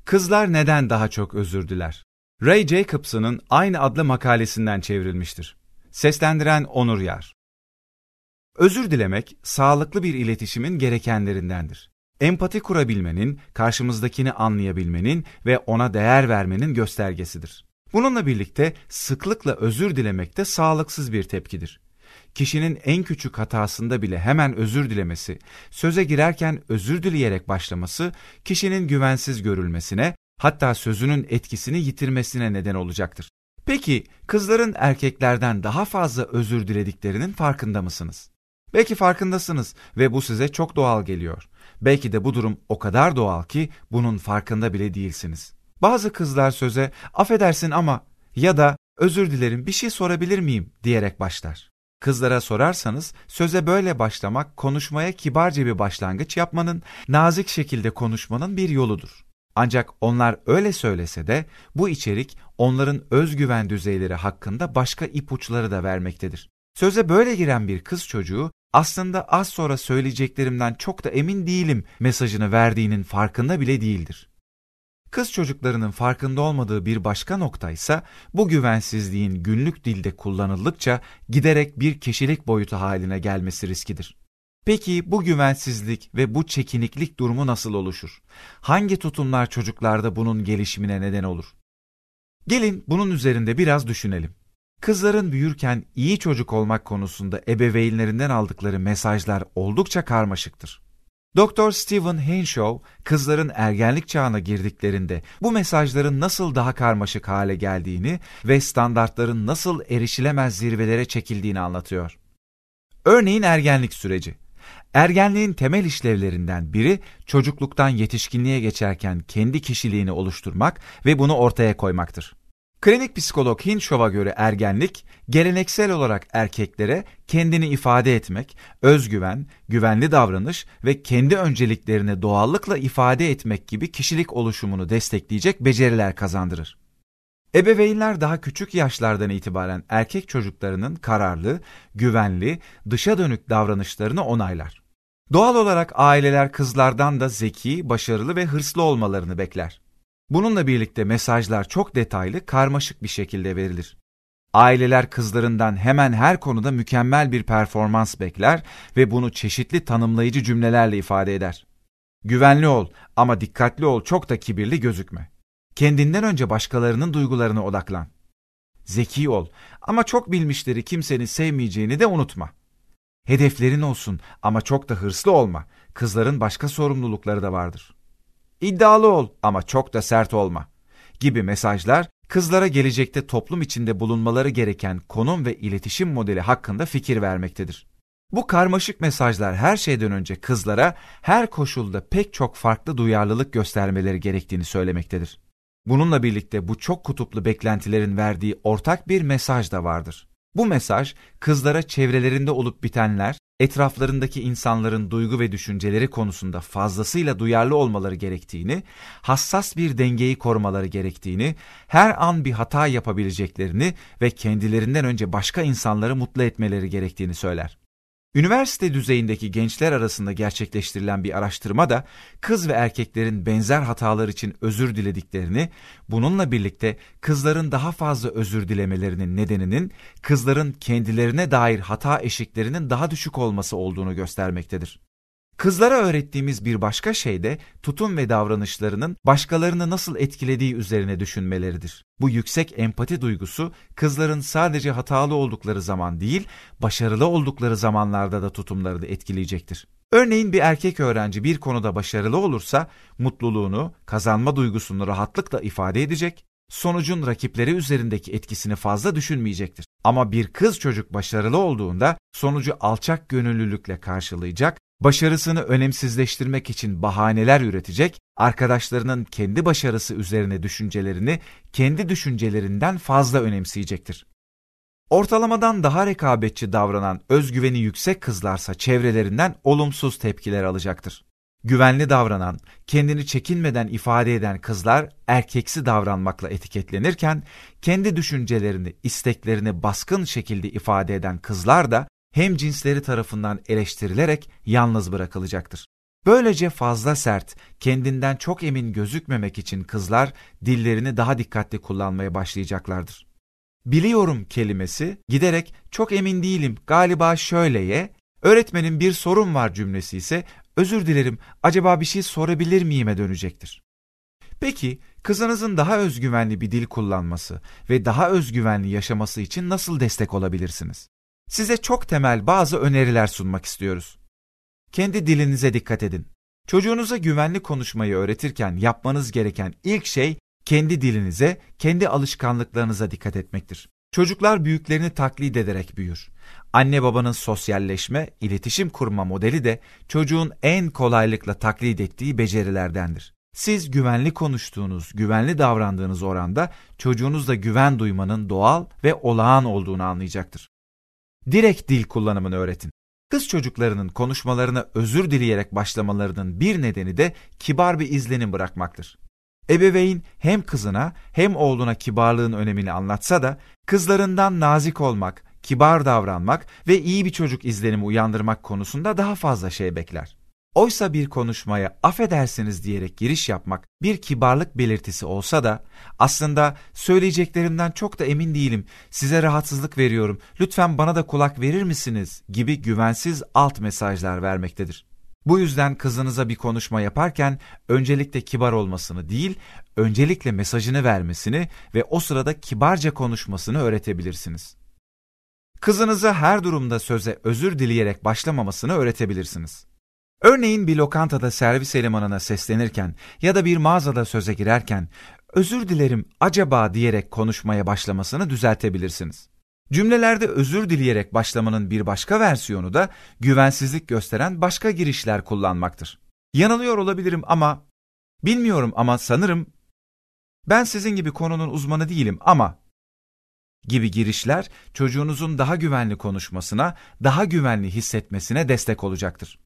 Kızlar neden daha çok özür diler? Ray Jacobson'ın aynı adlı makalesinden çevrilmiştir. Seslendiren Onur Yar. Özür dilemek, sağlıklı bir iletişimin gerekenlerindendir. Empati kurabilmenin, karşımızdakini anlayabilmenin ve ona değer vermenin göstergesidir. Bununla birlikte sıklıkla özür dilemek de sağlıksız bir tepkidir. Kişinin en küçük hatasında bile hemen özür dilemesi, söze girerken özür dileyerek başlaması, kişinin güvensiz görülmesine, hatta sözünün etkisini yitirmesine neden olacaktır. Peki, kızların erkeklerden daha fazla özür dilediklerinin farkında mısınız? Belki farkındasınız ve bu size çok doğal geliyor. Belki de bu durum o kadar doğal ki bunun farkında bile değilsiniz. Bazı kızlar söze "affedersin ama" ya da "özür dilerim, bir şey sorabilir miyim?" diyerek başlar. Kızlara sorarsanız söze böyle başlamak konuşmaya kibarca bir başlangıç yapmanın, nazik şekilde konuşmanın bir yoludur. Ancak onlar öyle söylese de bu içerik onların özgüven düzeyleri hakkında başka ipuçları da vermektedir. Söze böyle giren bir kız çocuğu aslında az sonra söyleyeceklerimden çok da emin değilim mesajını verdiğinin farkında bile değildir. Kız çocuklarının farkında olmadığı bir başka nokta ise bu güvensizliğin günlük dilde kullanıldıkça giderek bir kişilik boyutu haline gelmesi riskidir. Peki bu güvensizlik ve bu çekiniklik durumu nasıl oluşur? Hangi tutumlar çocuklarda bunun gelişimine neden olur? Gelin bunun üzerinde biraz düşünelim. Kızların büyürken iyi çocuk olmak konusunda ebeveynlerinden aldıkları mesajlar oldukça karmaşıktır. Dr. Stephen Henshaw, kızların ergenlik çağına girdiklerinde bu mesajların nasıl daha karmaşık hale geldiğini ve standartların nasıl erişilemez zirvelere çekildiğini anlatıyor. Örneğin ergenlik süreci. Ergenliğin temel işlevlerinden biri çocukluktan yetişkinliğe geçerken kendi kişiliğini oluşturmak ve bunu ortaya koymaktır. Klinik psikolog Henshaw'a göre ergenlik, geleneksel olarak erkeklere kendini ifade etmek, özgüven, güvenli davranış ve kendi önceliklerini doğallıkla ifade etmek gibi kişilik oluşumunu destekleyecek beceriler kazandırır. Ebeveynler daha küçük yaşlardan itibaren erkek çocuklarının kararlı, güvenli, dışa dönük davranışlarını onaylar. Doğal olarak aileler kızlardan da zeki, başarılı ve hırslı olmalarını bekler. Bununla birlikte mesajlar çok detaylı, karmaşık bir şekilde verilir. Aileler kızlarından hemen her konuda mükemmel bir performans bekler ve bunu çeşitli tanımlayıcı cümlelerle ifade eder. Güvenli ol ama dikkatli ol, çok da kibirli gözükme. Kendinden önce başkalarının duygularına odaklan. Zeki ol ama çok bilmişleri kimsenin sevmeyeceğini de unutma. Hedeflerin olsun ama çok da hırslı olma. Kızların başka sorumlulukları da vardır. İddialı ol ama çok da sert olma gibi mesajlar kızlara gelecekte toplum içinde bulunmaları gereken konum ve iletişim modeli hakkında fikir vermektedir. Bu karmaşık mesajlar her şeyden önce kızlara her koşulda pek çok farklı duyarlılık göstermeleri gerektiğini söylemektedir. Bununla birlikte bu çok kutuplu beklentilerin verdiği ortak bir mesaj da vardır. Bu mesaj kızlara çevrelerinde olup bitenler, etraflarındaki insanların duygu ve düşünceleri konusunda fazlasıyla duyarlı olmaları gerektiğini, hassas bir dengeyi korumaları gerektiğini, her an bir hata yapabileceklerini ve kendilerinden önce başka insanları mutlu etmeleri gerektiğini söyler. Üniversite düzeyindeki gençler arasında gerçekleştirilen bir araştırma da kız ve erkeklerin benzer hatalar için özür dilediklerini, bununla birlikte kızların daha fazla özür dilemelerinin nedeninin kızların kendilerine dair hata eşiklerinin daha düşük olması olduğunu göstermektedir. Kızlara öğrettiğimiz bir başka şey de tutum ve davranışlarının başkalarını nasıl etkilediği üzerine düşünmeleridir. Bu yüksek empati duygusu kızların sadece hatalı oldukları zaman değil, başarılı oldukları zamanlarda da tutumlarını etkileyecektir. Örneğin bir erkek öğrenci bir konuda başarılı olursa mutluluğunu, kazanma duygusunu rahatlıkla ifade edecek, sonucun rakipleri üzerindeki etkisini fazla düşünmeyecektir. Ama bir kız çocuk başarılı olduğunda sonucu alçak gönüllülükle karşılayacak, başarısını önemsizleştirmek için bahaneler üretecek, arkadaşlarının kendi başarısı üzerine düşüncelerini kendi düşüncelerinden fazla önemseyecektir. Ortalamadan daha rekabetçi davranan özgüveni yüksek kızlarsa çevrelerinden olumsuz tepkiler alacaktır. Güvenli davranan, kendini çekinmeden ifade eden kızlar erkeksi davranmakla etiketlenirken, kendi düşüncelerini, isteklerini baskın şekilde ifade eden kızlar da hemcinsleri tarafından eleştirilerek yalnız bırakılacaktır. Böylece fazla sert, kendinden çok emin gözükmemek için kızlar dillerini daha dikkatli kullanmaya başlayacaklardır. Biliyorum kelimesi giderek çok emin değilim, galiba şöyleye, öğretmenin bir sorun var cümlesi ise özür dilerim, acaba bir şey sorabilir miyim'e dönecektir. Peki kızınızın daha özgüvenli bir dil kullanması ve daha özgüvenli yaşaması için nasıl destek olabilirsiniz? Size çok temel bazı öneriler sunmak istiyoruz. Kendi dilinize dikkat edin. Çocuğunuza güvenli konuşmayı öğretirken yapmanız gereken ilk şey kendi dilinize, kendi alışkanlıklarınıza dikkat etmektir. Çocuklar büyüklerini taklit ederek büyür. Anne babanın sosyalleşme, iletişim kurma modeli de çocuğun en kolaylıkla taklit ettiği becerilerdendir. Siz güvenli konuştuğunuz, güvenli davrandığınız oranda çocuğunuz da güven duymanın doğal ve olağan olduğunu anlayacaktır. Direkt dil kullanımını öğretin. Kız çocuklarının konuşmalarına özür dileyerek başlamalarının bir nedeni de kibar bir izlenim bırakmaktır. Ebeveyn hem kızına hem oğluna kibarlığın önemini anlatsa da kızlarından nazik olmak, kibar davranmak ve iyi bir çocuk izlenimi uyandırmak konusunda daha fazla şey bekler. Oysa bir konuşmaya affedersiniz diyerek giriş yapmak bir kibarlık belirtisi olsa da aslında söyleyeceklerimden çok da emin değilim, size rahatsızlık veriyorum, lütfen bana da kulak verir misiniz gibi güvensiz alt mesajlar vermektedir. Bu yüzden kızınıza bir konuşma yaparken öncelikle kibar olmasını değil, öncelikle mesajını vermesini ve o sırada kibarca konuşmasını öğretebilirsiniz. Kızınıza her durumda söze özür dileyerek başlamamasını öğretebilirsiniz. Örneğin bir lokantada servis elemanına seslenirken ya da bir mağazada söze girerken özür dilerim acaba diyerek konuşmaya başlamasını düzeltebilirsiniz. Cümlelerde özür dileyerek başlamanın bir başka versiyonu da güvensizlik gösteren başka girişler kullanmaktır. Yanılıyor olabilirim ama, bilmiyorum ama sanırım, ben sizin gibi konunun uzmanı değilim ama gibi girişler çocuğunuzun daha güvenli konuşmasına, daha güvenli hissetmesine destek olacaktır.